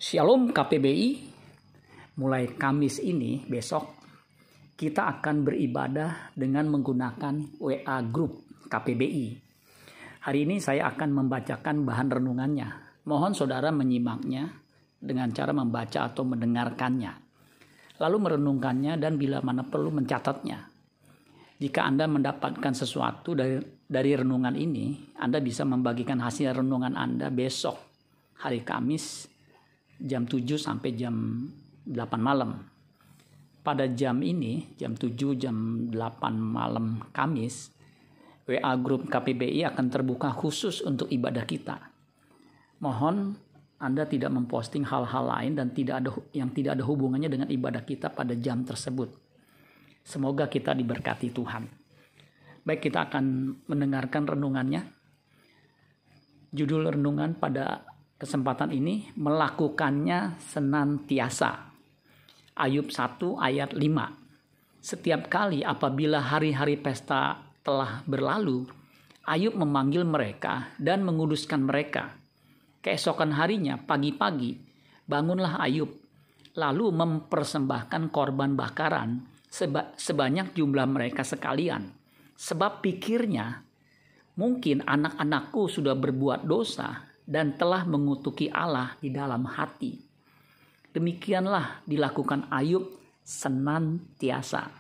Shalom KPBI, mulai Kamis ini besok kita akan beribadah dengan menggunakan WA Group KPBI. Hari ini saya akan membacakan bahan renungannya. Mohon saudara menyimaknya dengan cara membaca atau mendengarkannya. Lalu merenungkannya dan bila mana perlu mencatatnya. Jika Anda mendapatkan sesuatu dari renungan ini, Anda bisa membagikan hasil renungan Anda besok hari Kamis jam 7 sampai jam 8 malam. Pada jam ini, jam 7, jam 8 malam Kamis, WA Group KPBI akan terbuka khusus untuk ibadah kita. Mohon Anda tidak memposting hal-hal lain dan yang tidak ada hubungannya dengan ibadah kita pada jam tersebut. Semoga kita diberkati Tuhan. Baik, kita akan mendengarkan renungannya. Judul renungan pada kesempatan ini, melakukannya senantiasa. Ayub 1 ayat 5. Setiap kali apabila hari-hari pesta telah berlalu, Ayub memanggil mereka dan menguduskan mereka. Keesokan harinya pagi-pagi bangunlah Ayub, lalu mempersembahkan korban bakaran sebanyak jumlah mereka sekalian. Sebab pikirnya, mungkin anak-anakku sudah berbuat dosa dan telah mengutuki Allah di dalam hati. Demikianlah dilakukan Ayub senantiasa.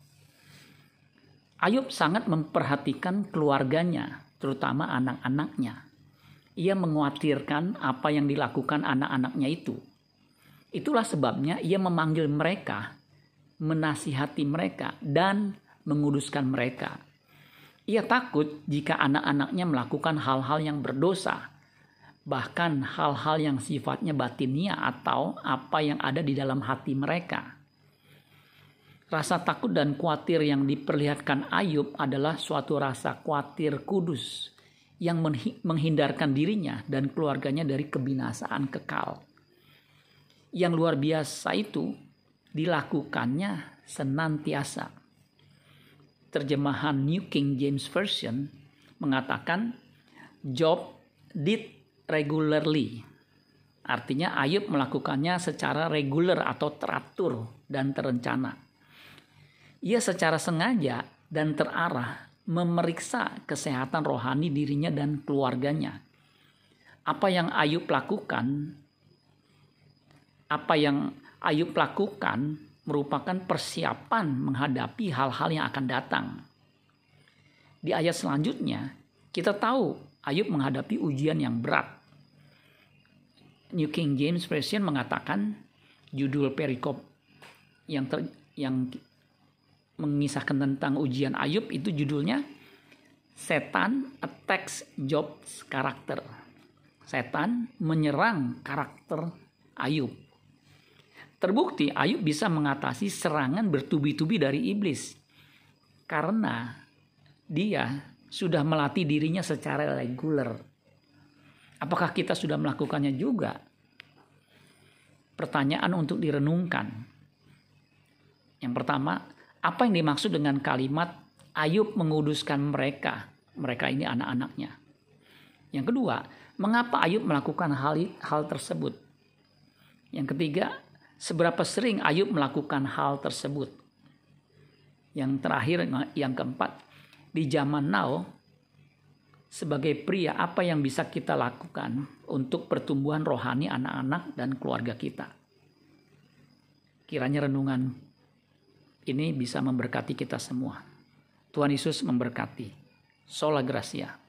Ayub sangat memperhatikan keluarganya, terutama anak-anaknya. Ia mengkhawatirkan apa yang dilakukan anak-anaknya itu. Itulah sebabnya ia memanggil mereka, menasihati mereka, dan menguduskan mereka. Ia takut jika anak-anaknya melakukan hal-hal yang berdosa, bahkan hal-hal yang sifatnya batinia atau apa yang ada di dalam hati mereka. Rasa takut dan khawatir yang diperlihatkan Ayub adalah suatu rasa khawatir kudus yang menghindarkan dirinya dan keluarganya dari kebinasaan kekal. Yang luar biasa itu dilakukannya senantiasa. Terjemahan New King James Version mengatakan Job did regularly. Artinya Ayub melakukannya secara reguler atau teratur dan terencana. Ia secara sengaja dan terarah memeriksa kesehatan rohani dirinya dan keluarganya. Apa yang Ayub lakukan merupakan persiapan menghadapi hal-hal yang akan datang. Di ayat selanjutnya, kita tahu Ayub menghadapi ujian yang berat. New King James Version mengatakan judul perikop yang mengisahkan tentang ujian Ayub itu judulnya Setan Attacks Job's Character. Setan menyerang karakter Ayub. Terbukti Ayub bisa mengatasi serangan bertubi-tubi dari iblis karena dia sudah melatih dirinya secara reguler. Apakah kita sudah melakukannya juga? Pertanyaan untuk direnungkan. Yang pertama, apa yang dimaksud dengan kalimat Ayub menguduskan mereka? Mereka ini anak-anaknya. Yang kedua, mengapa Ayub melakukan hal tersebut? Yang ketiga, seberapa sering Ayub melakukan hal tersebut? Yang terakhir, yang keempat, di zaman now, sebagai pria, apa yang bisa kita lakukan untuk pertumbuhan rohani anak-anak dan keluarga kita? Kiranya renungan ini bisa memberkati kita semua. Tuhan Yesus memberkati. Sola Gracia.